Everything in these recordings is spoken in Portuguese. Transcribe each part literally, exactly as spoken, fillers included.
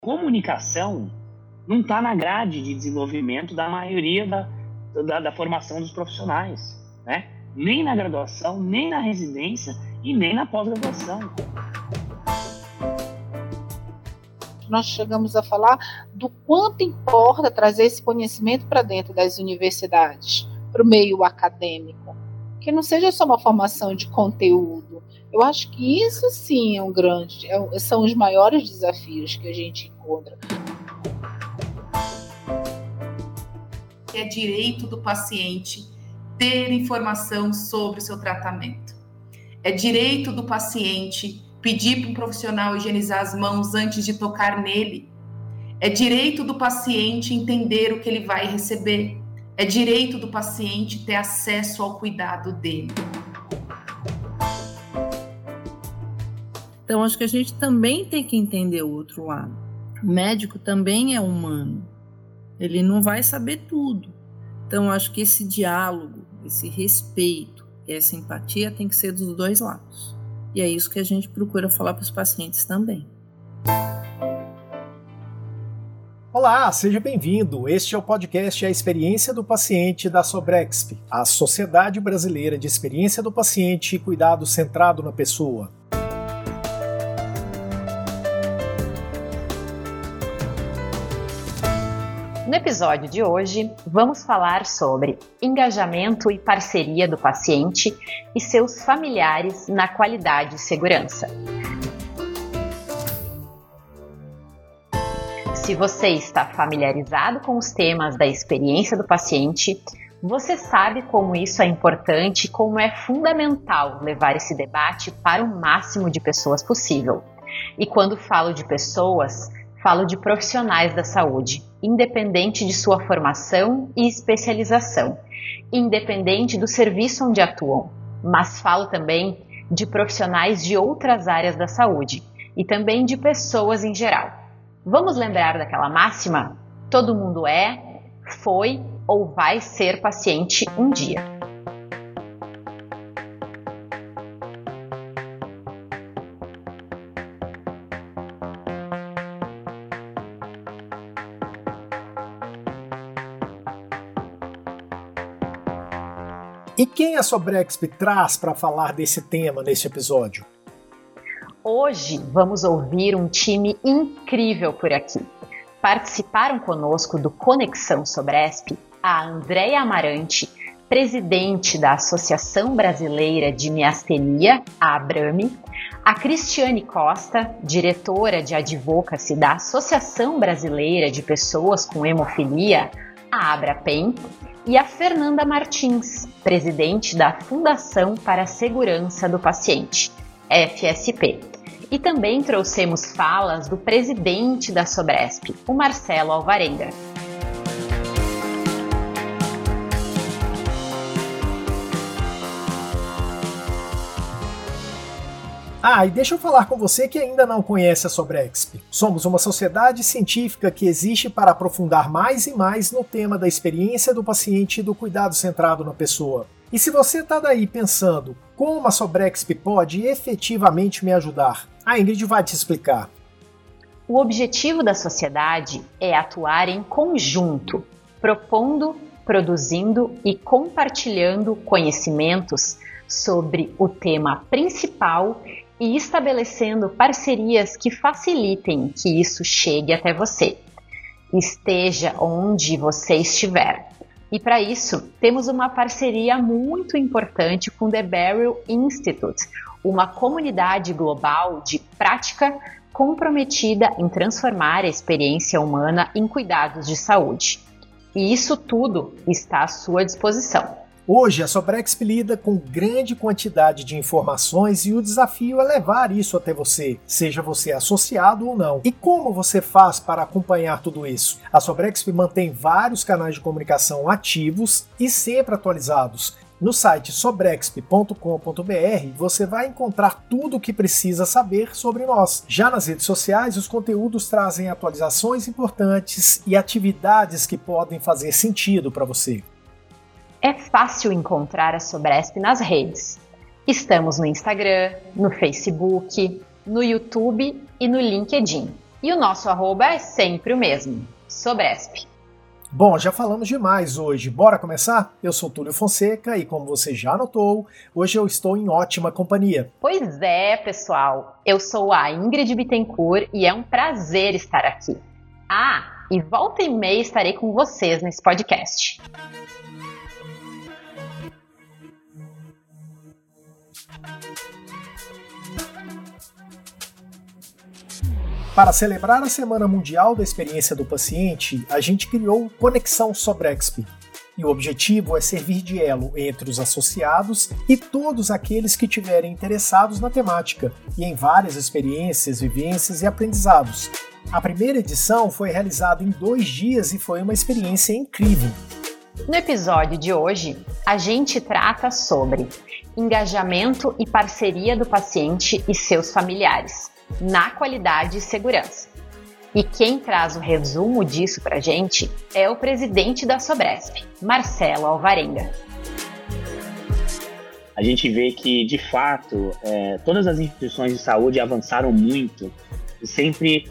Comunicação não está na grade de desenvolvimento da maioria da, da, da formação dos profissionais, né? Nem na graduação, nem na residência e nem na pós-graduação. Nós chegamos a falar do quanto importa trazer esse conhecimento para dentro das universidades, para o meio acadêmico, que não seja só uma formação de conteúdo. Eu acho que isso sim é um grande, é, são os maiores desafios que a gente encontra. É direito do paciente ter informação sobre o seu tratamento. É direito do paciente pedir para um profissional higienizar as mãos antes de tocar nele. É direito do paciente entender o que ele vai receber. É direito do paciente ter acesso ao cuidado dele. Então, acho que a gente também tem que entender o outro lado. O médico também é humano. Ele não vai saber tudo. Então, acho que esse diálogo, esse respeito, essa empatia tem que ser dos dois lados. E é isso que a gente procura falar para os pacientes também. Olá, seja bem-vindo. Este é o podcast A Experiência do Paciente da Sobrexp, a Sociedade Brasileira de Experiência do Paciente e Cuidado Centrado na Pessoa. No episódio de hoje, vamos falar sobre engajamento e parceria do paciente e seus familiares na qualidade e segurança. Se você está familiarizado com os temas da experiência do paciente, você sabe como isso é importante e como é fundamental levar esse debate para o máximo de pessoas possível. E quando falo de pessoas, falo de profissionais da saúde, independente de sua formação e especialização, independente do serviço onde atuam, mas falo também de profissionais de outras áreas da saúde e também de pessoas em geral. Vamos lembrar daquela máxima? Todo mundo é, foi ou vai ser paciente um dia. E quem a Sobrexp traz para falar desse tema neste episódio? Hoje vamos ouvir um time incrível por aqui. Participaram conosco do Conexão Sobresp a Andréia Amarante, presidente da Associação Brasileira de Miastenia, a ABRAME, a Cristiane Costa, diretora de Advocacy da Associação Brasileira de Pessoas com Hemofilia, a ABRAPEN, e a Fernanda Martins, presidente da Fundação para a Segurança do Paciente, F S P. E também trouxemos falas do presidente da Sobresp, o Marcelo Alvarenga. Ah, e deixa eu falar com você que ainda não conhece a Sobrexp. Somos uma sociedade científica que existe para aprofundar mais e mais no tema da experiência do paciente e do cuidado centrado na pessoa. E se você está daí pensando como a Sobrexp pode efetivamente me ajudar, a Ingrid vai te explicar. O objetivo da sociedade é atuar em conjunto, propondo, produzindo e compartilhando conhecimentos sobre o tema principal e estabelecendo parcerias que facilitem que isso chegue até você, esteja onde você estiver. E para isso, temos uma parceria muito importante com o The Beryl Institute, uma comunidade global de prática comprometida em transformar a experiência humana em cuidados de saúde. E isso tudo está à sua disposição. Hoje, a Sobrexp lida com grande quantidade de informações e o desafio é levar isso até você, seja você associado ou não. E como você faz para acompanhar tudo isso? A Sobrexp mantém vários canais de comunicação ativos e sempre atualizados. No site sobrexp ponto com ponto b r você vai encontrar tudo o que precisa saber sobre nós. Já nas redes sociais, os conteúdos trazem atualizações importantes e atividades que podem fazer sentido para você. É fácil encontrar a Sobresp nas redes. Estamos no Instagram, no Facebook, no YouTube e no LinkedIn. E o nosso arroba é sempre o mesmo, Sobresp. Bom, já falamos demais hoje. Bora começar? Eu sou Túlio Fonseca e, como você já notou, hoje eu estou em ótima companhia. Pois é, pessoal. Eu sou a Ingrid Bittencourt e é um prazer estar aqui. Ah, e volta e meia estarei com vocês nesse podcast. Para celebrar a Semana Mundial da Experiência do Paciente, a gente criou o Conexão Sobresp. E o objetivo é servir de elo entre os associados e todos aqueles que estiverem interessados na temática e em várias experiências, vivências e aprendizados. A primeira edição foi realizada em dois dias e foi uma experiência incrível. No episódio de hoje, a gente trata sobre engajamento e parceria do paciente e seus familiares na qualidade e segurança. E quem traz o resumo disso pra gente é o presidente da Sobresp, Marcelo Alvarenga. A gente vê que, de fato, é, todas as instituições de saúde avançaram muito e sempre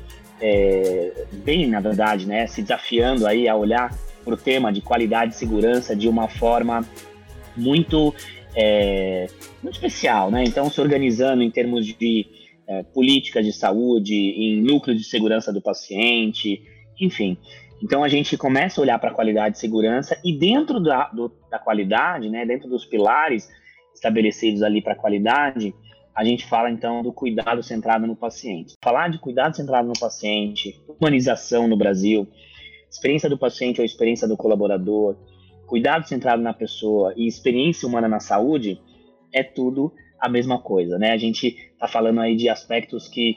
é, bem, na verdade, né, se desafiando aí a olhar para o tema de qualidade e segurança de uma forma muito, é, muito especial, né? Então, se organizando em termos de É, políticas de saúde, em núcleos de segurança do paciente, enfim. Então a gente começa a olhar para a qualidade e segurança e dentro da, do, da qualidade, né, dentro dos pilares estabelecidos ali para a qualidade, a gente fala então do cuidado centrado no paciente. Falar de cuidado centrado no paciente, humanização no Brasil, experiência do paciente ou experiência do colaborador, cuidado centrado na pessoa e experiência humana na saúde, é tudo a mesma coisa, né? A gente está falando aí de aspectos que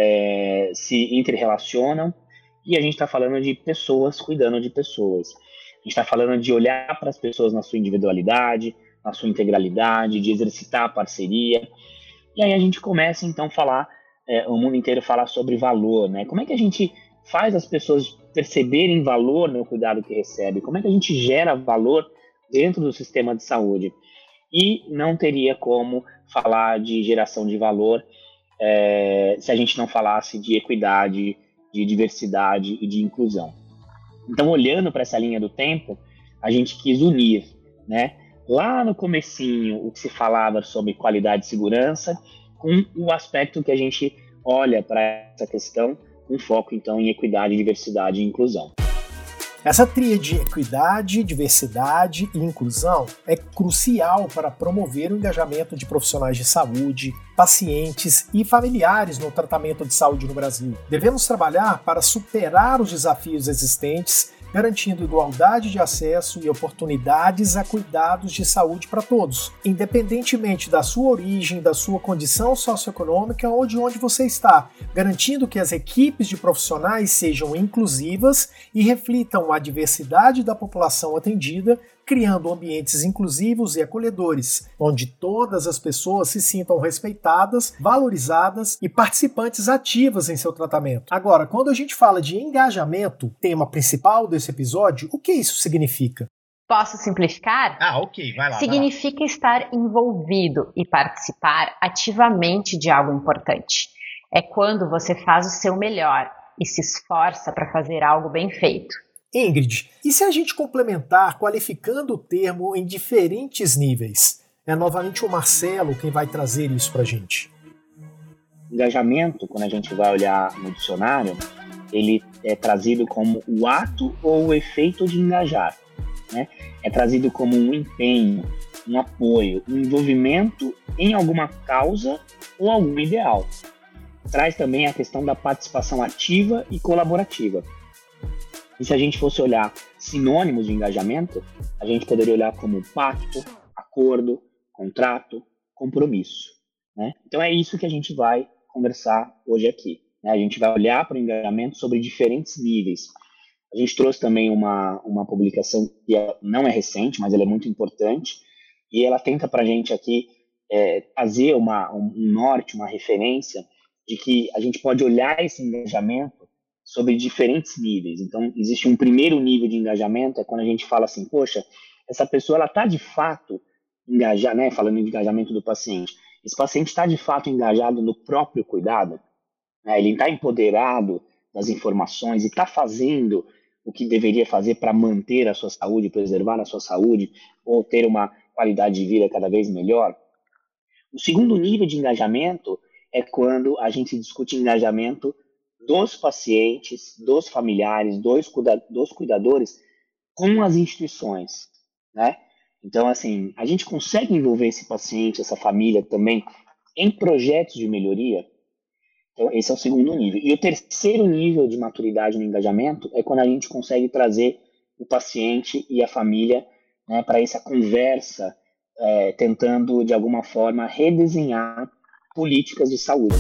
é, se interrelacionam e a gente está falando de pessoas cuidando de pessoas. A gente está falando de olhar para as pessoas na sua individualidade, na sua integralidade, de exercitar a parceria. E aí a gente começa então a falar, é, o mundo inteiro falar sobre valor, né? Como é que a gente faz as pessoas perceberem valor no cuidado que recebe? Como é que a gente gera valor dentro do sistema de saúde? E não teria como falar de geração de valor é, se a gente não falasse de equidade, de diversidade e de inclusão. Então, olhando para essa linha do tempo, a gente quis unir, né, lá no comecinho, o que se falava sobre qualidade e segurança, com o aspecto que a gente olha para essa questão, com foco, então, em equidade, diversidade e inclusão. Essa tríade equidade, diversidade e inclusão é crucial para promover o engajamento de profissionais de saúde, pacientes e familiares no tratamento de saúde no Brasil. Devemos trabalhar para superar os desafios existentes, garantindo igualdade de acesso e oportunidades a cuidados de saúde para todos, independentemente da sua origem, da sua condição socioeconômica ou de onde você está, garantindo que as equipes de profissionais sejam inclusivas e reflitam a diversidade da população atendida, criando ambientes inclusivos e acolhedores, onde todas as pessoas se sintam respeitadas, valorizadas e participantes ativas em seu tratamento. Agora, quando a gente fala de engajamento, tema principal desse episódio, o que isso significa? Posso simplificar? Ah, ok, vai lá. Significa vai lá. Estar envolvido e participar ativamente de algo importante. É quando você faz o seu melhor e se esforça para fazer algo bem feito. Ingrid, e se a gente complementar qualificando o termo em diferentes níveis? É novamente o Marcelo quem vai trazer isso para a gente. Engajamento, quando a gente vai olhar no dicionário, ele é trazido como o ato ou o efeito de engajar, né? É trazido como um empenho, um apoio, um envolvimento em alguma causa ou algum ideal. Traz também a questão da participação ativa e colaborativa. E se a gente fosse olhar sinônimos de engajamento, a gente poderia olhar como pacto, acordo, contrato, compromisso, né? Então é isso que a gente vai conversar hoje aqui, né? A gente vai olhar para o engajamento sobre diferentes níveis. A gente trouxe também uma, uma publicação que não é recente, mas ela é muito importante, e ela tenta para a gente aqui é, fazer uma, um norte, uma referência de que a gente pode olhar esse engajamento sobre diferentes níveis. Então, existe um primeiro nível de engajamento, é quando a gente fala assim, poxa, essa pessoa ela está de fato engajada, né? Falando em engajamento do paciente, esse paciente está de fato engajado no próprio cuidado, né? Ele está empoderado das informações e está fazendo o que deveria fazer para manter a sua saúde, preservar a sua saúde, ou ter uma qualidade de vida cada vez melhor. O segundo nível de engajamento é quando a gente discute engajamento dos pacientes, dos familiares, dos, cuida- dos cuidadores com as instituições, né? Então, assim, a gente consegue envolver esse paciente, essa família também em projetos de melhoria. Então, esse é o segundo nível. E o terceiro nível de maturidade no engajamento é quando a gente consegue trazer o paciente e a família, né, para essa conversa, é, tentando, de alguma forma, redesenhar políticas de saúde.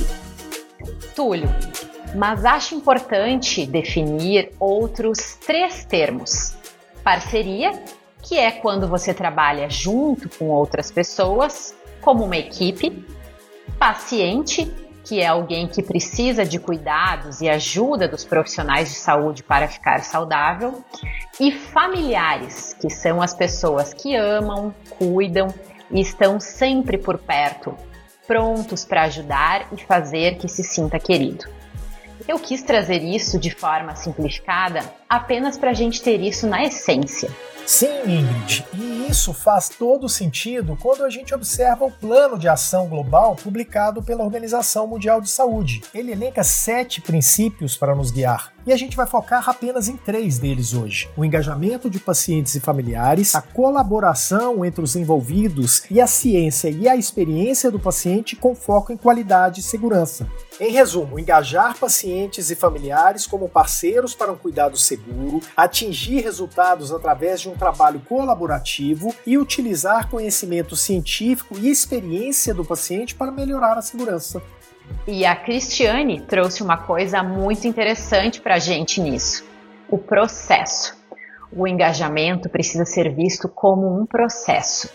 Túlio, mas acho importante definir outros três termos. Parceria, que é quando você trabalha junto com outras pessoas, como uma equipe. Paciente, que é alguém que precisa de cuidados e ajuda dos profissionais de saúde para ficar saudável. E familiares, que são as pessoas que amam, cuidam e estão sempre por perto, prontos para ajudar e fazer que se sinta querido. Eu quis trazer isso de forma simplificada apenas para a gente ter isso na essência. Sim, Ingrid, e isso faz todo sentido quando a gente observa o Plano de Ação Global publicado pela Organização Mundial de Saúde. Ele elenca sete princípios para nos guiar, e a gente vai focar apenas em três deles hoje: o engajamento de pacientes e familiares, a colaboração entre os envolvidos e a ciência e a experiência do paciente com foco em qualidade e segurança. Em resumo, engajar pacientes e familiares como parceiros para um cuidado seguro, atingir resultados através de um trabalho colaborativo e utilizar conhecimento científico e experiência do paciente para melhorar a segurança. E a Cristiane trouxe uma coisa muito interessante para a gente nisso: o processo. O engajamento precisa ser visto como um processo.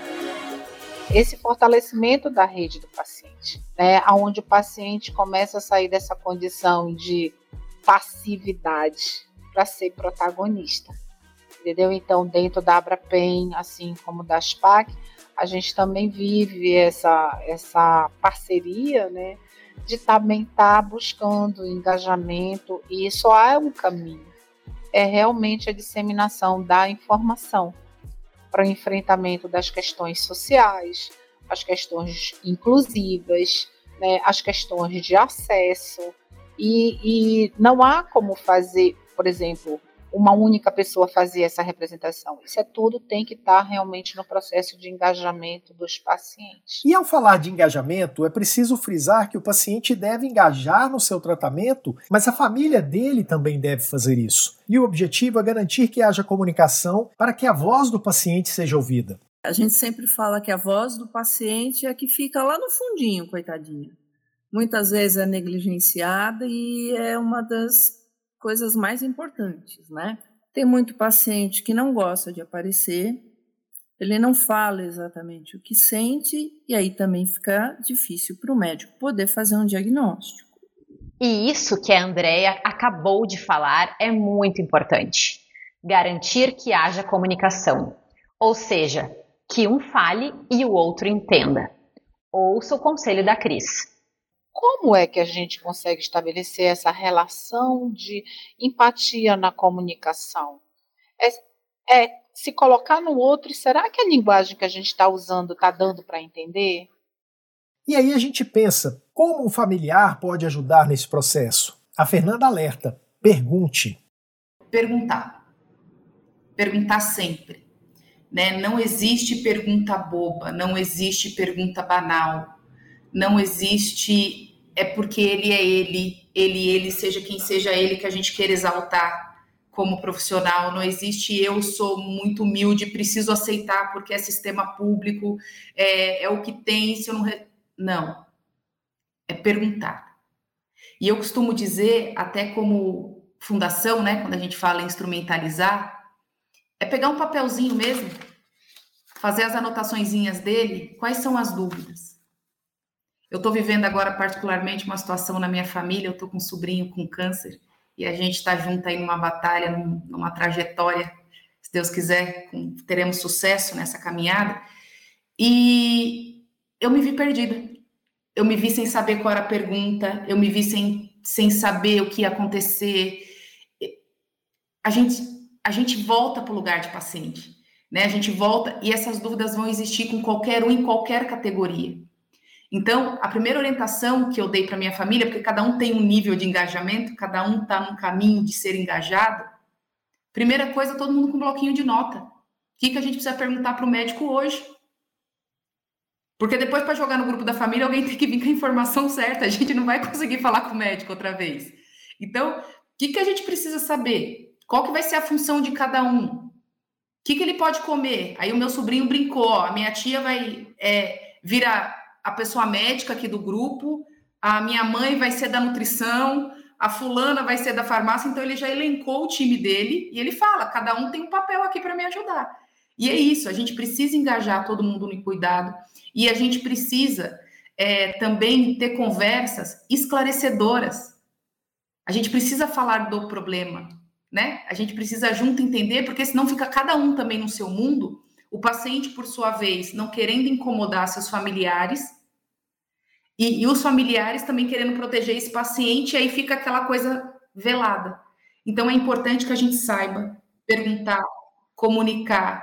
Esse fortalecimento da rede do paciente, né, onde o paciente começa a sair dessa condição de passividade para ser protagonista, entendeu? Então, dentro da Abrapem, assim como da SPAC, a gente também vive essa, essa parceria, né, de também estar buscando engajamento, e isso é um caminho, é realmente a disseminação da informação para o enfrentamento das questões sociais, as questões inclusivas, né, as questões de acesso, e, e não há como fazer, por exemplo, uma única pessoa fazer essa representação. Isso é tudo tem que estar realmente no processo de engajamento dos pacientes. E ao falar de engajamento, é preciso frisar que o paciente deve engajar no seu tratamento, mas a família dele também deve fazer isso. E o objetivo é garantir que haja comunicação para que a voz do paciente seja ouvida. A gente sempre fala que a voz do paciente é a que fica lá no fundinho, coitadinha. Muitas vezes é negligenciada e é uma das coisas mais importantes, né? Tem muito paciente que não gosta de aparecer, ele não fala exatamente o que sente, e aí também fica difícil para o médico poder fazer um diagnóstico. E isso que a Andrea acabou de falar é muito importante. Garantir que haja comunicação, ou seja, que um fale e o outro entenda. Ouça o conselho da Cris. Como é que a gente consegue estabelecer essa relação de empatia na comunicação? É, é se colocar no outro, e será que a linguagem que a gente está usando está dando para entender? E aí a gente pensa, como um familiar pode ajudar nesse processo? A Fernanda alerta, pergunte. Perguntar. Perguntar sempre. Né? Não existe pergunta boba, não existe pergunta banal, não existe... é porque ele é ele, ele, ele, seja quem seja ele que a gente quer exaltar como profissional. Não existe eu sou muito humilde, preciso aceitar porque é sistema público, é, é o que tem, se eu não... Re... Não, é perguntar. E eu costumo dizer, até como fundação, né, quando a gente fala em instrumentalizar, é pegar um papelzinho mesmo, fazer as anotaçõezinhas dele, quais são as dúvidas. Eu estou vivendo agora particularmente uma situação na minha família, eu estou com um sobrinho com câncer, e a gente está junto aí numa batalha, num, numa trajetória, se Deus quiser, com, teremos sucesso nessa caminhada, e eu me vi perdida, eu me vi sem saber qual era a pergunta, eu me vi sem sem saber o que ia acontecer. A gente, a gente volta para o lugar de paciente, né? A gente volta e essas dúvidas vão existir com qualquer um em qualquer categoria. Então, a primeira orientação que eu dei para minha família, porque cada um tem um nível de engajamento, cada um está num caminho de ser engajado. Primeira coisa, todo mundo com um bloquinho de nota. O que, que a gente precisa perguntar para o médico hoje? Porque depois, para jogar no grupo da família, alguém tem que vir com a informação certa. A gente não vai conseguir falar com o médico outra vez. Então, o que, que a gente precisa saber? Qual que vai ser a função de cada um? O que, que ele pode comer? Aí o meu sobrinho brincou, ó, a minha tia vai é, virar a pessoa médica aqui do grupo, a minha mãe vai ser da nutrição, a fulana vai ser da farmácia, então ele já elencou o time dele e ele fala, cada um tem um papel aqui para me ajudar. E é isso, a gente precisa engajar todo mundo no cuidado e a gente precisa é, também ter conversas esclarecedoras. A gente precisa falar do problema, né? A gente precisa junto entender, porque senão fica cada um também no seu mundo, o paciente, por sua vez, não querendo incomodar seus familiares e, e os familiares também querendo proteger esse paciente, e aí fica aquela coisa velada. Então, é importante que a gente saiba perguntar, comunicar,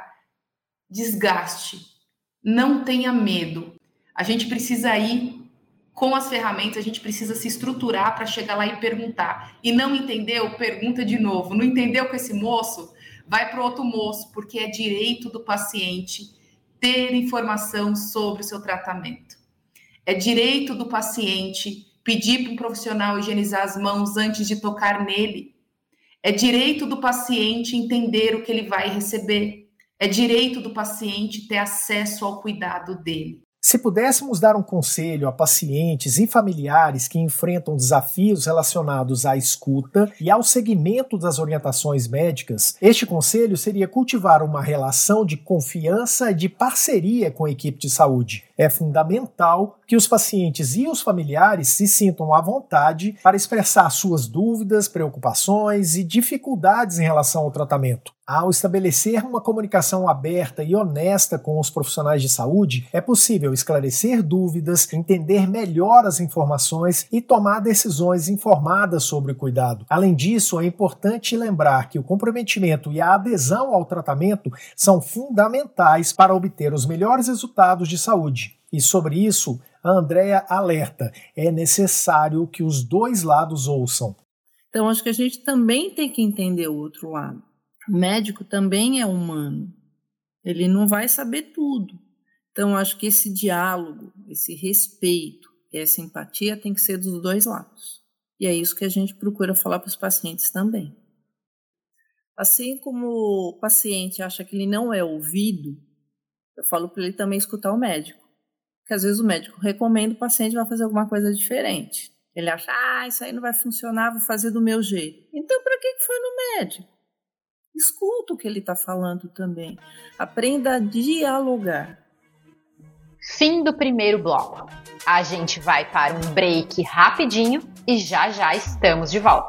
desgaste, não tenha medo. A gente precisa ir com as ferramentas, a gente precisa se estruturar para chegar lá e perguntar. E não entendeu? Pergunta de novo. Não entendeu com esse moço? Vai para o outro moço, porque é direito do paciente ter informação sobre o seu tratamento. É direito do paciente pedir para um profissional higienizar as mãos antes de tocar nele. É direito do paciente entender o que ele vai receber. É direito do paciente ter acesso ao cuidado dele. Se pudéssemos dar um conselho a pacientes e familiares que enfrentam desafios relacionados à escuta e ao seguimento das orientações médicas, este conselho seria cultivar uma relação de confiança e de parceria com a equipe de saúde. É fundamental que os pacientes e os familiares se sintam à vontade para expressar suas dúvidas, preocupações e dificuldades em relação ao tratamento. Ao estabelecer uma comunicação aberta e honesta com os profissionais de saúde, é possível esclarecer dúvidas, entender melhor as informações e tomar decisões informadas sobre o cuidado. Além disso, é importante lembrar que o comprometimento e a adesão ao tratamento são fundamentais para obter os melhores resultados de saúde. E sobre isso, a Andréa alerta, é necessário que os dois lados ouçam. Então, acho que a gente também tem que entender o outro lado. O médico também é humano, ele não vai saber tudo. Então, acho que esse diálogo, esse respeito, essa empatia tem que ser dos dois lados. E é isso que a gente procura falar para os pacientes também. Assim como o paciente acha que ele não é ouvido, eu falo para ele também escutar o médico. Porque às vezes o médico recomenda o paciente vai fazer alguma coisa diferente. Ele acha, ah, isso aí não vai funcionar, vou fazer do meu jeito. Então, para que foi no médico? Escuta o que ele está falando também. Aprenda a dialogar. Fim do primeiro bloco. A gente vai para um break rapidinho e já já estamos de volta.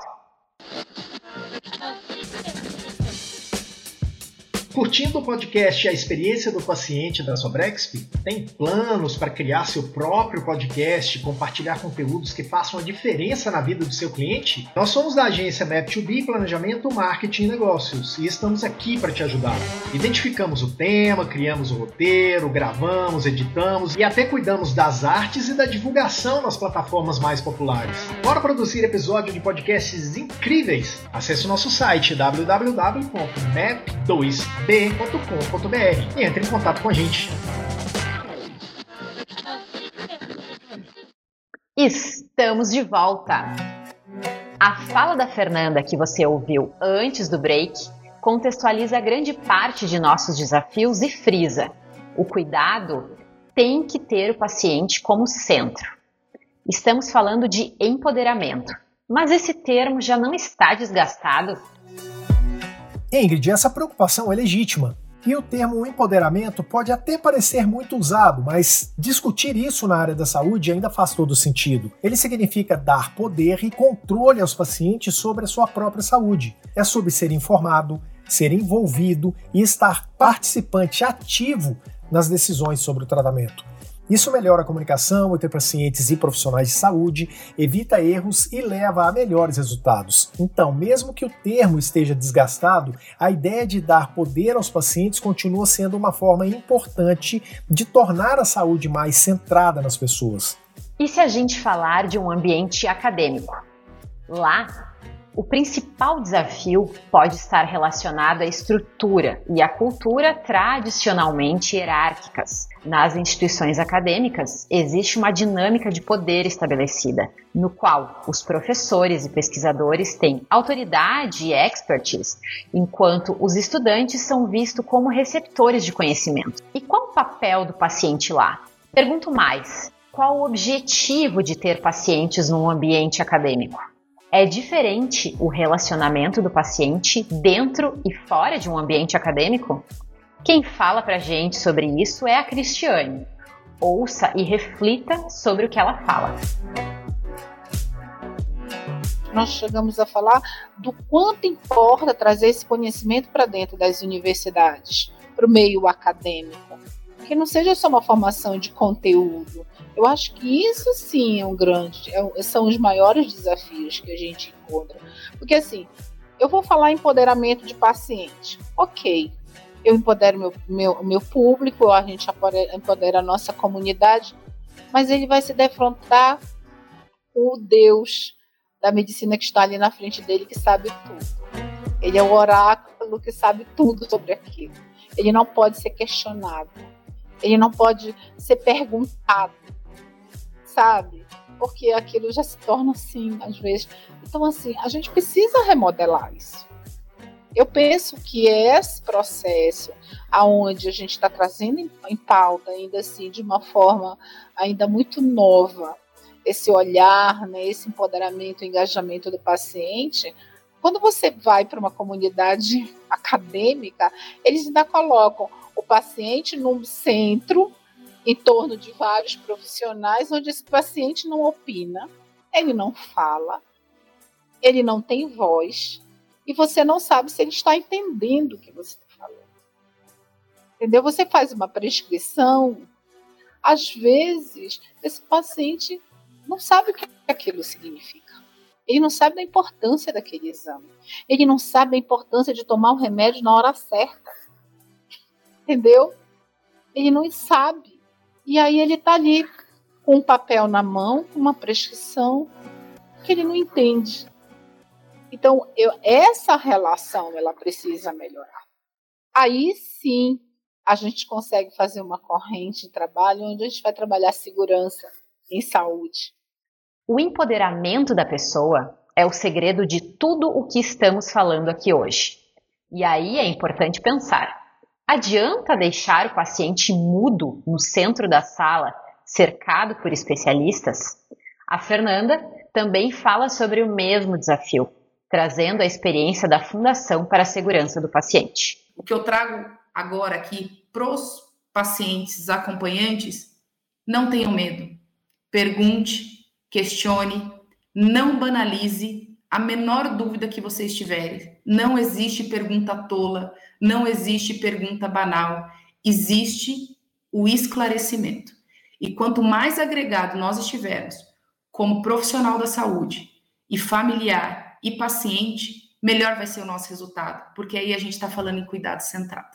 Curtindo o podcast A Experiência do Paciente da Sobrexp? Tem planos para criar seu próprio podcast e compartilhar conteúdos que façam a diferença na vida do seu cliente? Nós somos da agência Map dois B Planejamento, Marketing e Negócios e estamos aqui para te ajudar. Identificamos o tema, criamos o roteiro, gravamos, editamos e até cuidamos das artes e da divulgação nas plataformas mais populares. Bora produzir episódio de podcasts incríveis? Acesse o nosso site w w w ponto map dois b ponto com ponto b r e entre em contato com a gente. Estamos de volta. A fala da Fernanda que você ouviu antes do break contextualiza grande parte de nossos desafios e frisa: o cuidado tem que ter o paciente como centro. Estamos falando de empoderamento, mas esse termo já não está desgastado? Ingrid, essa preocupação é legítima. E o termo empoderamento pode até parecer muito usado, mas discutir isso na área da saúde ainda faz todo sentido. Ele significa dar poder e controle aos pacientes sobre a sua própria saúde. É sobre ser informado, ser envolvido e estar participante ativo nas decisões sobre o tratamento. Isso melhora a comunicação entre pacientes e profissionais de saúde, evita erros e leva a melhores resultados. Então, mesmo que o termo esteja desgastado, a ideia de dar poder aos pacientes continua sendo uma forma importante de tornar a saúde mais centrada nas pessoas. E se a gente falar de um ambiente acadêmico? Lá, o principal desafio pode estar relacionado à estrutura e à cultura tradicionalmente hierárquicas. Nas instituições acadêmicas, existe uma dinâmica de poder estabelecida, no qual os professores e pesquisadores têm autoridade e expertise, enquanto os estudantes são vistos como receptores de conhecimento. E qual o papel do paciente lá? Pergunto mais, qual o objetivo de ter pacientes num ambiente acadêmico? É diferente o relacionamento do paciente dentro e fora de um ambiente acadêmico? Quem fala pra gente sobre isso é a Cristiane. Ouça e reflita sobre o que ela fala. Nós chegamos a falar do quanto importa trazer esse conhecimento para dentro das universidades, para o meio acadêmico. Que não seja só uma formação de conteúdo. Eu acho que isso sim é um grande, é, são os maiores desafios que a gente encontra. Porque assim, eu vou falar empoderamento de paciente. Ok, eu empodero meu, meu, meu público, a gente empodera a nossa comunidade, mas ele vai se defrontar com o Deus da medicina que está ali na frente dele, que sabe tudo. Ele é o oráculo que sabe tudo sobre aquilo. Ele não pode ser questionado. Ele não pode ser perguntado. Sabe? Porque aquilo já se torna assim, às vezes. Então, assim, a gente precisa remodelar isso. Eu penso que esse processo, aonde a gente está trazendo em, em pauta, ainda assim, de uma forma ainda muito nova, esse olhar, né, esse empoderamento, engajamento do paciente, quando você vai para uma comunidade acadêmica, eles ainda colocam o paciente num centro, em torno de vários profissionais, onde esse paciente não opina, ele não fala, ele não tem voz, e você não sabe se ele está entendendo o que você está falando. Entendeu? Você faz uma prescrição, às vezes, esse paciente não sabe o que aquilo significa. Ele não sabe da importância daquele exame. Ele não sabe da importância de tomar um remédio na hora certa. Entendeu? Ele não sabe. E aí ele está ali com um papel na mão, com uma prescrição que ele não entende. Então, eu, essa relação ela precisa melhorar. Aí sim a gente consegue fazer uma corrente de trabalho onde a gente vai trabalhar segurança em saúde. O empoderamento da pessoa é o segredo de tudo o que estamos falando aqui hoje. E aí é importante pensar. Adianta deixar o paciente mudo no centro da sala, cercado por especialistas? A Fernanda também fala sobre o mesmo desafio, trazendo a experiência da Fundação para a Segurança do Paciente. O que eu trago agora aqui para os pacientes acompanhantes, não tenham medo. Pergunte, questione, não banalize a menor dúvida que vocês tiverem. Não existe pergunta tola, não existe pergunta banal, existe o esclarecimento. E quanto mais agregado nós estivermos como profissional da saúde e familiar e paciente, melhor vai ser o nosso resultado, porque aí a gente está falando em cuidado centrado.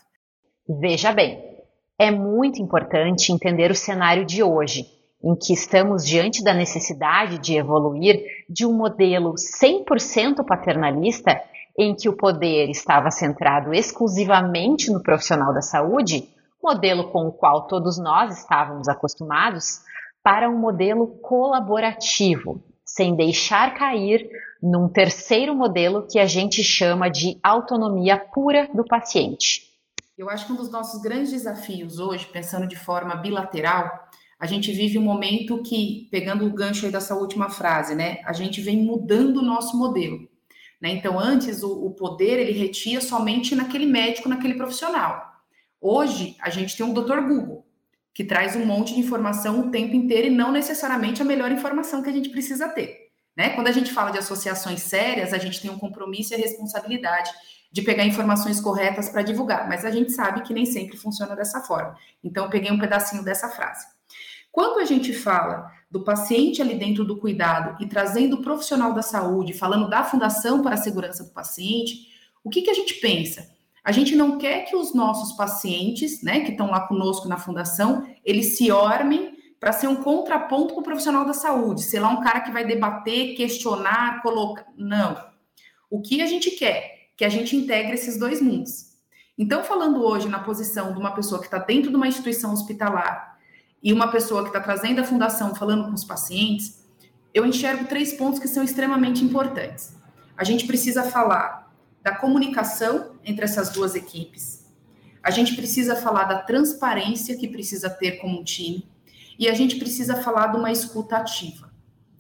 Veja bem, é muito importante entender o cenário de hoje, em que estamos diante da necessidade de evoluir de um modelo cem por cento paternalista, em que o poder estava centrado exclusivamente no profissional da saúde, modelo com o qual todos nós estávamos acostumados, para um modelo colaborativo, sem deixar cair num terceiro modelo que a gente chama de autonomia pura do paciente. Eu acho que um dos nossos grandes desafios hoje, pensando de forma bilateral, a gente vive um momento que, pegando o gancho aí dessa última frase, né, a gente vem mudando o nosso modelo. Né? Então, antes, o, o poder, ele retia somente naquele médico, naquele profissional. Hoje, a gente tem um doutor Google, que traz um monte de informação o tempo inteiro e não necessariamente a melhor informação que a gente precisa ter. Né? Quando a gente fala de associações sérias, a gente tem um compromisso e a responsabilidade de pegar informações corretas para divulgar, mas a gente sabe que nem sempre funciona dessa forma. Então, eu peguei um pedacinho dessa frase. Quando a gente fala do paciente ali dentro do cuidado e trazendo o profissional da saúde, falando da Fundação para a Segurança do Paciente, o que, que a gente pensa? A gente não quer que os nossos pacientes, né, que estão lá conosco na Fundação, eles se ormem para ser um contraponto para o profissional da saúde, sei lá, um cara que vai debater, questionar, colocar... Não. O que a gente quer? Que a gente integre esses dois mundos. Então, falando hoje na posição de uma pessoa que está dentro de uma instituição hospitalar e uma pessoa que está trazendo a fundação, falando com os pacientes, eu enxergo três pontos que são extremamente importantes. A gente precisa falar da comunicação entre essas duas equipes, a gente precisa falar da transparência que precisa ter como um time, e a gente precisa falar de uma escuta ativa.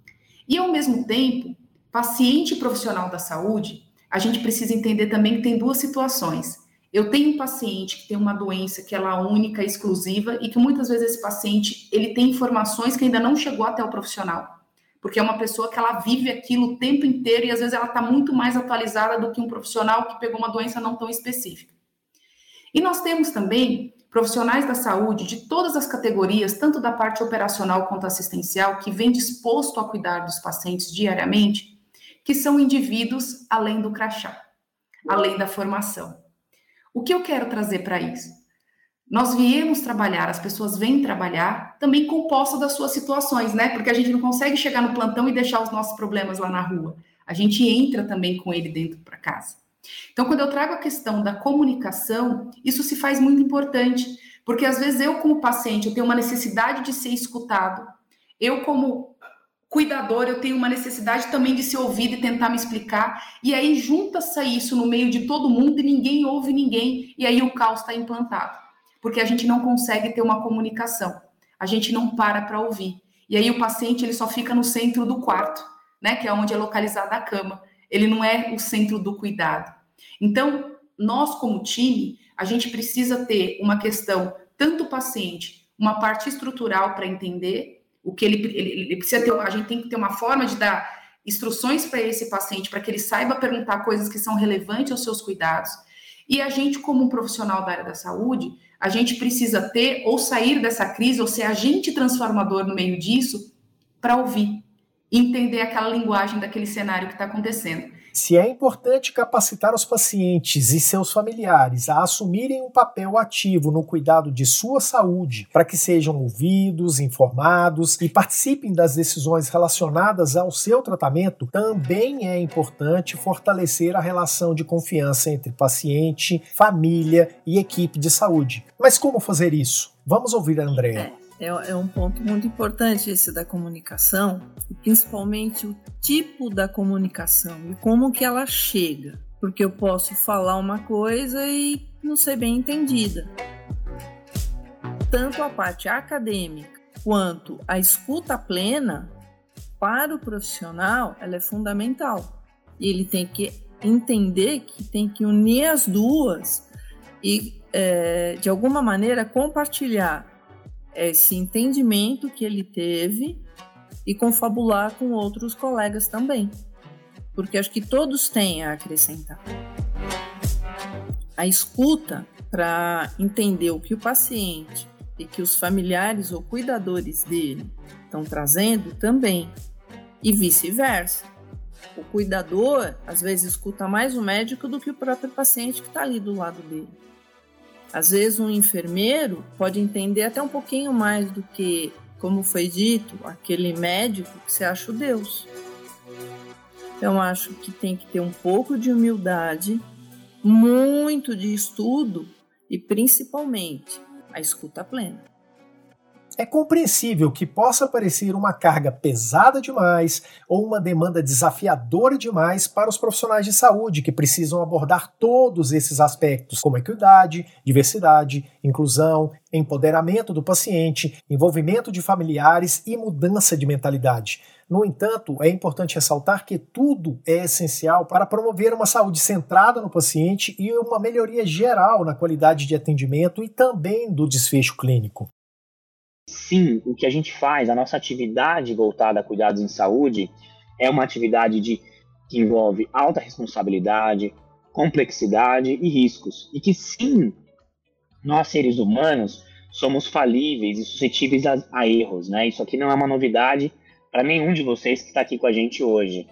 E, ao mesmo tempo, paciente e profissional da saúde, a gente precisa entender também que tem duas situações. Eu tenho um paciente que tem uma doença que ela é única, exclusiva, e que muitas vezes esse paciente ele tem informações que ainda não chegou até o profissional, porque é uma pessoa que ela vive aquilo o tempo inteiro e às vezes ela está muito mais atualizada do que um profissional que pegou uma doença não tão específica. E nós temos também profissionais da saúde de todas as categorias, tanto da parte operacional quanto assistencial, que vem disposto a cuidar dos pacientes diariamente, que são indivíduos além do crachá, além da formação. O que eu quero trazer para isso? Nós viemos trabalhar, as pessoas vêm trabalhar também composta das suas situações, né? Porque a gente não consegue chegar no plantão e deixar os nossos problemas lá na rua. A gente entra também com ele dentro para casa. Então, quando eu trago a questão da comunicação, isso se faz muito importante, porque às vezes eu, como paciente, eu tenho uma necessidade de ser escutado. Eu, como cuidador, eu tenho uma necessidade também de ser ouvido e tentar me explicar, e aí junta-se isso no meio de todo mundo e ninguém ouve ninguém, e aí o caos está implantado, porque a gente não consegue ter uma comunicação, a gente não para para ouvir, e aí o paciente ele só fica no centro do quarto, né, que é onde é localizada a cama, ele não é o centro do cuidado. Então, nós como time, a gente precisa ter uma questão, tanto o paciente, uma parte estrutural para entender, o que ele, ele, ele precisa ter, a gente tem que ter uma forma de dar instruções para esse paciente, para que ele saiba perguntar coisas que são relevantes aos seus cuidados. E a gente, como um profissional da área da saúde, a gente precisa ter, ou sair dessa crise, ou ser agente transformador no meio disso, para ouvir, entender aquela linguagem daquele cenário que está acontecendo. Se é importante capacitar os pacientes e seus familiares a assumirem um papel ativo no cuidado de sua saúde, para que sejam ouvidos, informados e participem das decisões relacionadas ao seu tratamento, também é importante fortalecer a relação de confiança entre paciente, família e equipe de saúde. Mas como fazer isso? Vamos ouvir a Andréa. É. É um ponto muito importante esse da comunicação, e principalmente o tipo da comunicação e como que ela chega, porque eu posso falar uma coisa e não ser bem entendida. Tanto a parte acadêmica quanto a escuta plena, para o profissional, ela é fundamental. E ele tem que entender que tem que unir as duas e, é, de alguma maneira, compartilhar esse entendimento que ele teve e confabular com outros colegas também, porque acho que todos têm a acrescentar. A escuta para entender o que o paciente e que os familiares ou cuidadores dele estão trazendo também, e vice-versa. O cuidador às vezes escuta mais o médico do que o próprio paciente que está ali do lado dele. Às vezes um enfermeiro pode entender até um pouquinho mais do que, como foi dito, aquele médico que se acha o Deus. Então acho que tem que ter um pouco de humildade, muito de estudo e principalmente a escuta plena. É compreensível que possa parecer uma carga pesada demais ou uma demanda desafiadora demais para os profissionais de saúde que precisam abordar todos esses aspectos, como equidade, diversidade, inclusão, empoderamento do paciente, envolvimento de familiares e mudança de mentalidade. No entanto, é importante ressaltar que tudo é essencial para promover uma saúde centrada no paciente e uma melhoria geral na qualidade de atendimento e também do desfecho clínico. Sim, o que a gente faz, a nossa atividade voltada a cuidados em saúde é uma atividade de, que envolve alta responsabilidade, complexidade e riscos. E que sim, nós seres humanos somos falíveis e suscetíveis a, a erros, né? Isso aqui não é uma novidade para nenhum de vocês que está aqui com a gente hoje.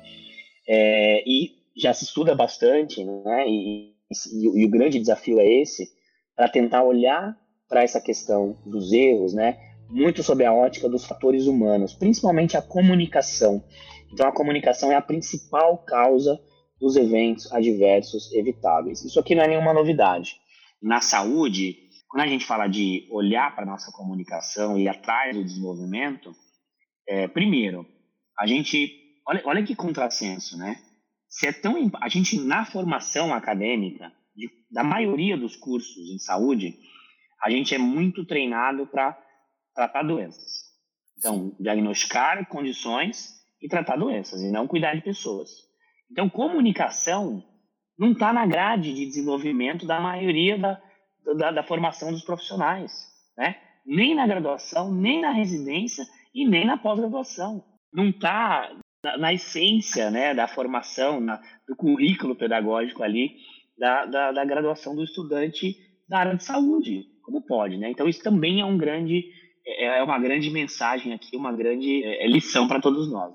É, e já se estuda bastante, né? E, e, e o grande desafio é esse, para tentar olhar para essa questão dos erros, né? Muito sob a ótica dos fatores humanos, principalmente a comunicação. Então, a comunicação é a principal causa dos eventos adversos evitáveis. Isso aqui não é nenhuma novidade. Na saúde, quando a gente fala de olhar para a nossa comunicação e ir atrás do desenvolvimento, é, primeiro, a gente... Olha, olha que contrassenso, né? Se é tão, a gente, na formação acadêmica, de, da maioria dos cursos em saúde, a gente é muito treinado para tratar doenças. Então, diagnosticar condições e tratar doenças, e não cuidar de pessoas. Então, comunicação não está na grade de desenvolvimento da maioria da, da, da formação dos profissionais, né? Nem na graduação, nem na residência e nem na pós-graduação. Não está na, na essência, né, da formação, na, do currículo pedagógico ali, da, da, da graduação do estudante da área de saúde. Como pode, né? Então, isso também é um grande... é uma grande mensagem aqui, uma grande lição para todos nós.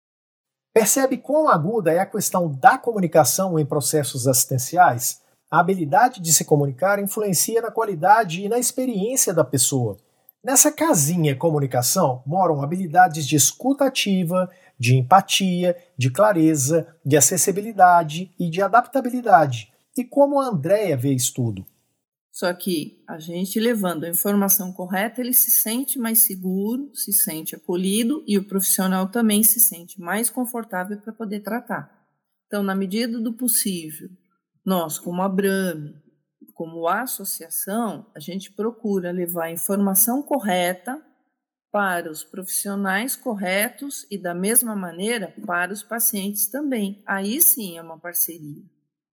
Percebe quão aguda é a questão da comunicação em processos assistenciais? A habilidade de se comunicar influencia na qualidade e na experiência da pessoa. Nessa casinha comunicação moram habilidades de escuta ativa, de empatia, de clareza, de acessibilidade e de adaptabilidade. E como a Andréia vê isso tudo? Só que a gente levando a informação correta, ele se sente mais seguro, se sente acolhido e o profissional também se sente mais confortável para poder tratar. Então, na medida do possível, nós, como a Abrame, como associação, a gente procura levar a informação correta para os profissionais corretos e, da mesma maneira, para os pacientes também. Aí sim é uma parceria.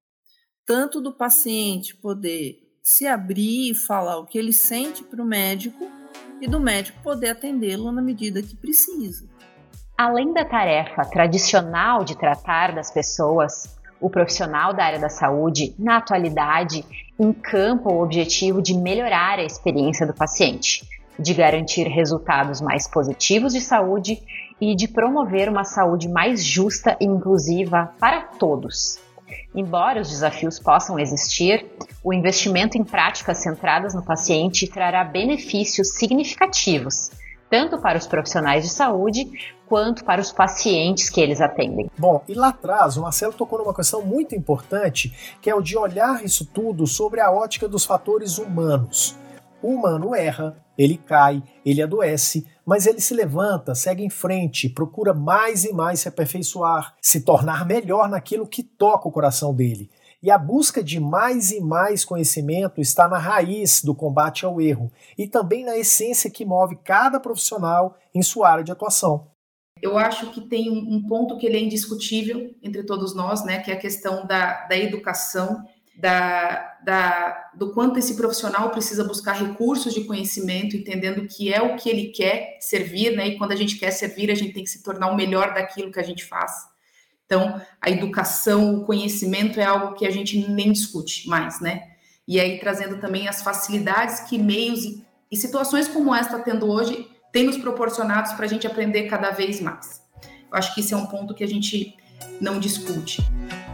Tanto do paciente poder se abrir e falar o que ele sente para o médico e do médico poder atendê-lo na medida que precisa. Além da tarefa tradicional de tratar das pessoas, o profissional da área da saúde, na atualidade, encampa o objetivo de melhorar a experiência do paciente, de garantir resultados mais positivos de saúde e de promover uma saúde mais justa e inclusiva para todos. Embora os desafios possam existir, o investimento em práticas centradas no paciente trará benefícios significativos, tanto para os profissionais de saúde, quanto para os pacientes que eles atendem. Bom, e lá atrás o Marcelo tocou numa questão muito importante, que é o de olhar isso tudo sobre a ótica dos fatores humanos. O humano erra, ele cai, ele adoece, mas ele se levanta, segue em frente, procura mais e mais se aperfeiçoar, se tornar melhor naquilo que toca o coração dele. E a busca de mais e mais conhecimento está na raiz do combate ao erro e também na essência que move cada profissional em sua área de atuação. Eu acho que tem um ponto que ele é indiscutível entre todos nós, né, que é a questão da, da educação, Da, da, do quanto esse profissional precisa buscar recursos de conhecimento, entendendo que é o que ele quer servir, né? E quando a gente quer servir, a gente tem que se tornar o melhor daquilo que a gente faz. Então, a educação, o conhecimento é algo que a gente nem discute mais, né? E aí, trazendo também as facilidades que meios e, e situações como essa está tendo hoje, tem nos proporcionados para a gente aprender cada vez mais. Eu acho que esse é um ponto que a gente não discute.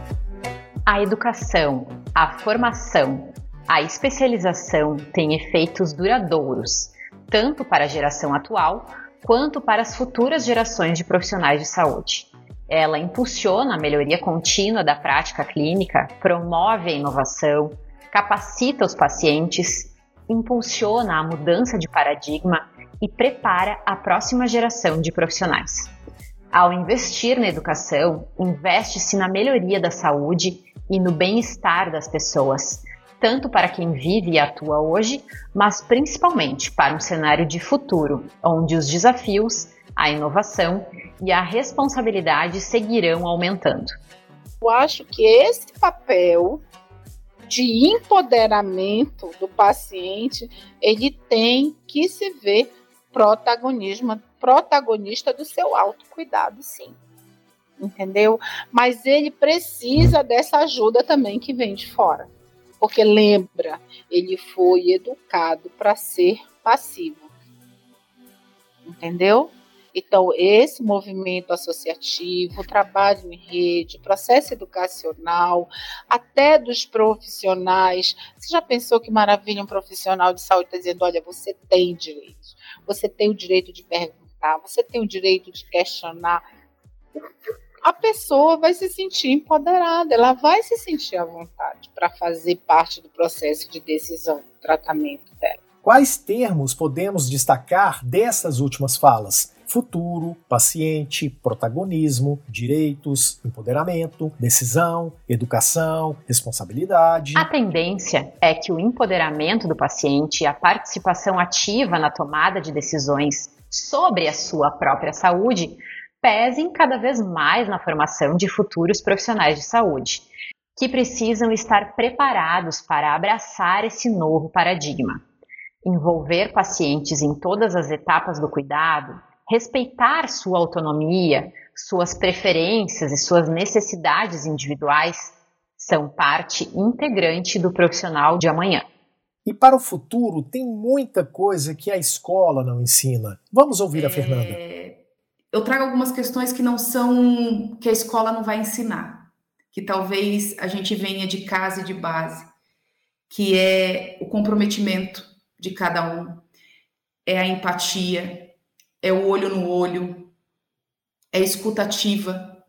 A educação, a formação, a especialização têm efeitos duradouros, tanto para a geração atual, quanto para as futuras gerações de profissionais de saúde. Ela impulsiona a melhoria contínua da prática clínica, promove a inovação, capacita os pacientes, impulsiona a mudança de paradigma e prepara a próxima geração de profissionais. Ao investir na educação, investe-se na melhoria da saúde e no bem-estar das pessoas, tanto para quem vive e atua hoje, mas principalmente para um cenário de futuro, onde os desafios, a inovação e a responsabilidade seguirão aumentando. Eu acho que esse papel de empoderamento do paciente, ele tem que se ver protagonismo, protagonista do seu autocuidado, sim. Entendeu? Mas ele precisa dessa ajuda também que vem de fora. Porque lembra, ele foi educado para ser passivo. Entendeu? Então, esse movimento associativo, o trabalho em rede, o processo educacional, até dos profissionais. Você já pensou que maravilha um profissional de saúde está dizendo, olha, você tem direitos, você tem o direito de perguntar, você tem o direito de questionar. A pessoa vai se sentir empoderada, ela vai se sentir à vontade para fazer parte do processo de decisão, do tratamento dela. Quais termos podemos destacar dessas últimas falas? Futuro, paciente, protagonismo, direitos, empoderamento, decisão, educação, responsabilidade. A tendência é que o empoderamento do paciente e a participação ativa na tomada de decisões sobre a sua própria saúde pesem cada vez mais na formação de futuros profissionais de saúde, que precisam estar preparados para abraçar esse novo paradigma. Envolver pacientes em todas as etapas do cuidado, respeitar sua autonomia, suas preferências e suas necessidades individuais são parte integrante do profissional de amanhã. E para o futuro, tem muita coisa que a escola não ensina. Vamos ouvir a Fernanda. É... Eu trago algumas questões que não são, que a escola não vai ensinar, que talvez a gente venha de casa e de base, que é o comprometimento de cada um, é a empatia, é o olho no olho, é a escuta ativa,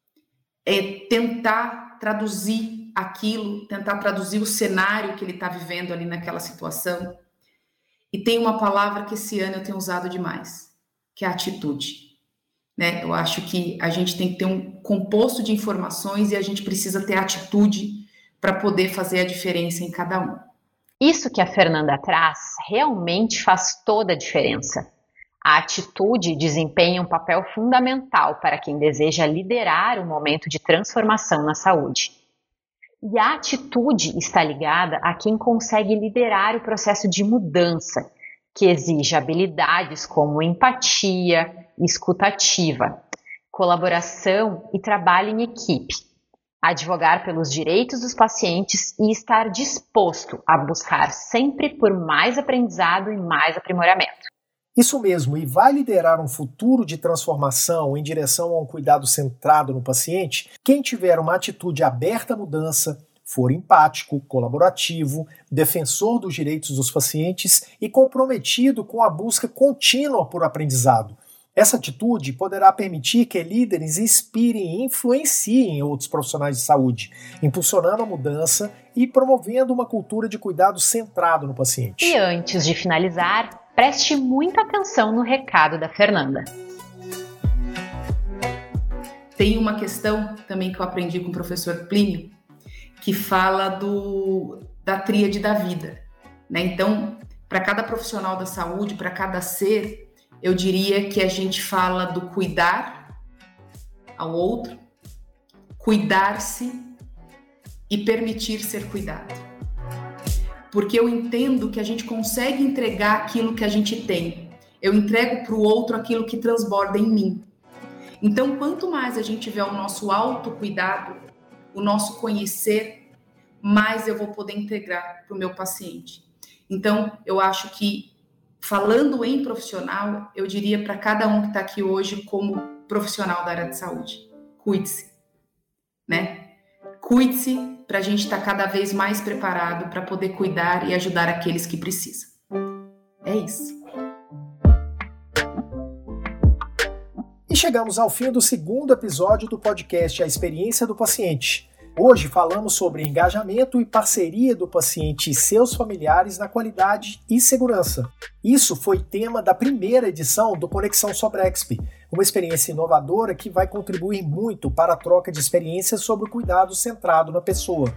é tentar traduzir aquilo, tentar traduzir o cenário que ele está vivendo ali naquela situação. E tem uma palavra que esse ano eu tenho usado demais, que é a atitude. Né? Eu acho que a gente tem que ter um composto de informações e a gente precisa ter atitude para poder fazer a diferença em cada um. Isso que a Fernanda traz realmente faz toda a diferença. A atitude desempenha um papel fundamental para quem deseja liderar um momento de transformação na saúde. E a atitude está ligada a quem consegue liderar o processo de mudança, que exige habilidades como empatia, escuta ativa, colaboração e trabalho em equipe, advogar pelos direitos dos pacientes e estar disposto a buscar sempre por mais aprendizado e mais aprimoramento. Isso mesmo, e vai liderar um futuro de transformação em direção a um cuidado centrado no paciente quem tiver uma atitude aberta à mudança, for empático, colaborativo, defensor dos direitos dos pacientes e comprometido com a busca contínua por aprendizado. Essa atitude poderá permitir que líderes inspirem e influenciem outros profissionais de saúde, impulsionando a mudança e promovendo uma cultura de cuidado centrado no paciente. E antes de finalizar, preste muita atenção no recado da Fernanda. Tem uma questão também que eu aprendi com o professor Plínio, que fala do, da tríade da vida. Né? Então, para cada profissional da saúde, para cada ser, eu diria que a gente fala do cuidar ao outro, cuidar-se e permitir ser cuidado. Porque eu entendo que a gente consegue entregar aquilo que a gente tem. Eu entrego para o outro aquilo que transborda em mim. Então, quanto mais a gente tiver o nosso autocuidado, o nosso conhecer, mais eu vou poder integrar para o meu paciente. Então, eu acho que, falando em profissional, eu diria para cada um que está aqui hoje como profissional da área de saúde, cuide-se, né? Cuide-se para a gente estar tá cada vez mais preparado para poder cuidar e ajudar aqueles que precisam. É isso. E chegamos ao fim do segundo episódio do podcast A Experiência do Paciente. Hoje falamos sobre engajamento e parceria do paciente e seus familiares na qualidade e segurança. Isso foi tema da primeira edição do Conexão Sobrexp, uma experiência inovadora que vai contribuir muito para a troca de experiências sobre o cuidado centrado na pessoa.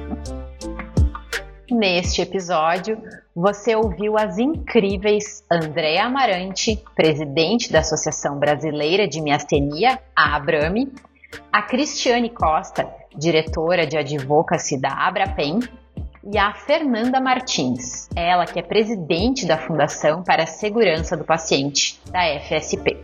Neste episódio, você ouviu as incríveis Andréa Amarante, presidente da Associação Brasileira de Miastenia, a ABRAME, a Cristiane Costa, diretora de Advocacy da Abrapem, e a Fernanda Martins, ela que é presidente da Fundação para a Segurança do Paciente, da F S P.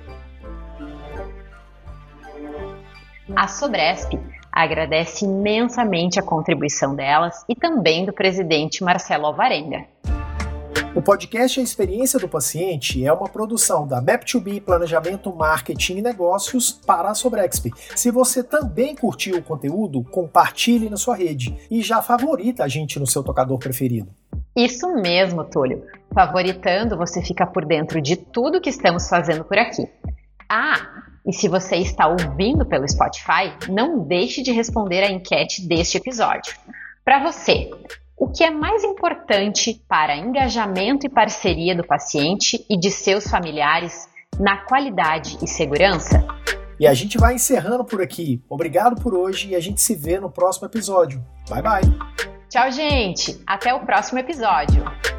A Sobresp agradece imensamente a contribuição delas e também do presidente Marcelo Alvarenga. O podcast A Experiência do Paciente é uma produção da Map to Be Planejamento, Marketing e Negócios para a Sobrexp. Se você também curtiu o conteúdo, compartilhe na sua rede e já favorita a gente no seu tocador preferido. Isso mesmo, Túlio. Favoritando, você fica por dentro de tudo que estamos fazendo por aqui. Ah, e se você está ouvindo pelo Spotify, não deixe de responder a enquete deste episódio. Para você, o que é mais importante para engajamento e parceria do paciente e de seus familiares na qualidade e segurança? E a gente vai encerrando por aqui. Obrigado por hoje e a gente se vê no próximo episódio. Bye, bye! Tchau, gente! Até o próximo episódio!